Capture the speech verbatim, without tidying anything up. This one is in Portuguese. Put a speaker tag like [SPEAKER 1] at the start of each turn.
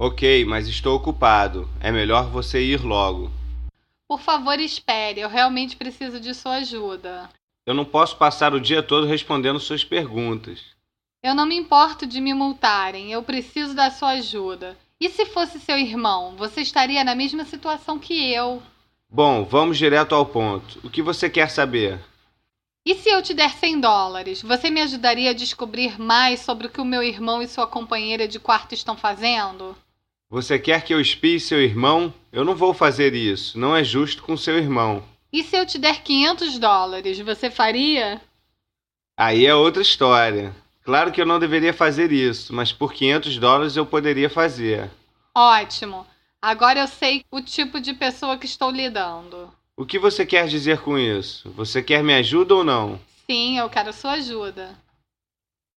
[SPEAKER 1] Ok, mas estou ocupado. É melhor você ir logo.
[SPEAKER 2] Por favor, espere. Eu realmente preciso de sua ajuda.
[SPEAKER 1] Eu não posso passar o dia todo respondendo suas perguntas.
[SPEAKER 2] Eu não me importo de me multarem. Eu preciso da sua ajuda. E se fosse seu irmão, você estaria na mesma situação que eu.
[SPEAKER 1] Bom, vamos direto ao ponto. O que você quer saber?
[SPEAKER 2] E se eu te der cem dólares, você me ajudaria a descobrir mais sobre o que o meu irmão e sua companheira de quarto estão fazendo?
[SPEAKER 1] Você quer que eu espie seu irmão? Eu não vou fazer isso. Não é justo com seu irmão.
[SPEAKER 2] E se eu te der quinhentos dólares, você faria?
[SPEAKER 1] Aí é outra história. Claro que eu não deveria fazer isso, mas por quinhentos dólares eu poderia fazer.
[SPEAKER 2] Ótimo. Agora eu sei o tipo de pessoa que estou lidando.
[SPEAKER 1] O que você quer dizer com isso? Você quer minha ajuda ou não?
[SPEAKER 2] Sim, eu quero sua ajuda.